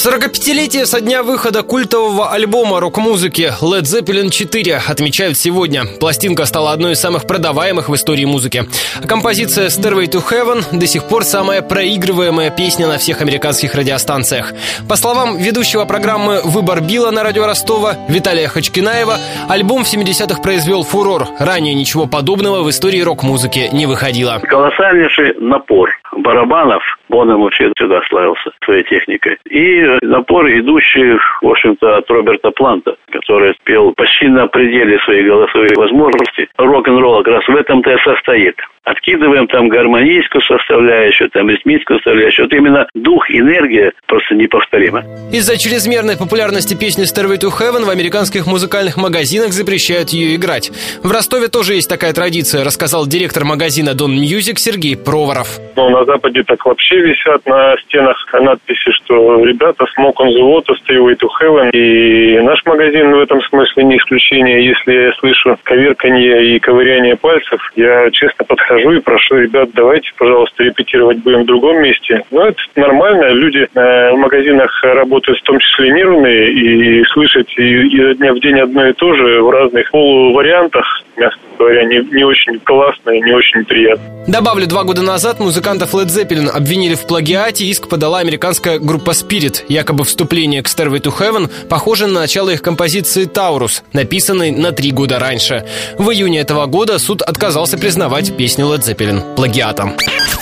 45-летие со дня выхода культового альбома рок-музыки Led Zeppelin 4 отмечают сегодня. Пластинка стала одной из самых продаваемых в истории музыки. А композиция Stairway to Heaven до сих пор самая проигрываемая песня на всех американских радиостанциях. По словам ведущего программы «Выбор Билла» на радио Ростова Виталия Хачкинаева, альбом в 70-х произвел фурор. Ранее ничего подобного в истории рок-музыки не выходило. Колоссальнейший напор барабанов. Бонем вообще всегда славился своей техникой. И напор, идущий, в общем-то, от Роберта Планта, который пел почти на пределе своих голосовых возможностей. Рок-н-ролл как раз в этом-то и состоит. Откидываем там гармонийскую составляющую, там ритмическую составляющую. Вот именно дух, энергия просто неповторима. Из-за чрезмерной популярности песни Stairway to Heaven в американских музыкальных магазинах запрещают ее играть. В Ростове тоже есть такая традиция, рассказал директор магазина Don Music Сергей Проворов. На Западе так вообще висят на стенах надписи, что ребята Smoke on the Water, Stairway to Heaven. И наш магазин в этом смысле не исключение. Если я слышу коверканье и ковыряние пальцев, я честно подхожу и прошу ребят, давайте, пожалуйста, репетировать будем в другом месте. Но это нормально. Люди в магазинах работают в том числе нервные, и слышать изо дня в день одно и то же в разных полувариантах, мягко говоря, не очень классно и не очень приятно. Добавлю, 2 года назад музыкантов Led Zeppelin обвинили в плагиате, иск подала американская группа Spirit. Якобы вступление к Stairway to Heaven похоже на начало их композиции Taurus, написанной на 3 года раньше. В июне этого года суд отказался признавать песню Led Zeppelin плагиатом.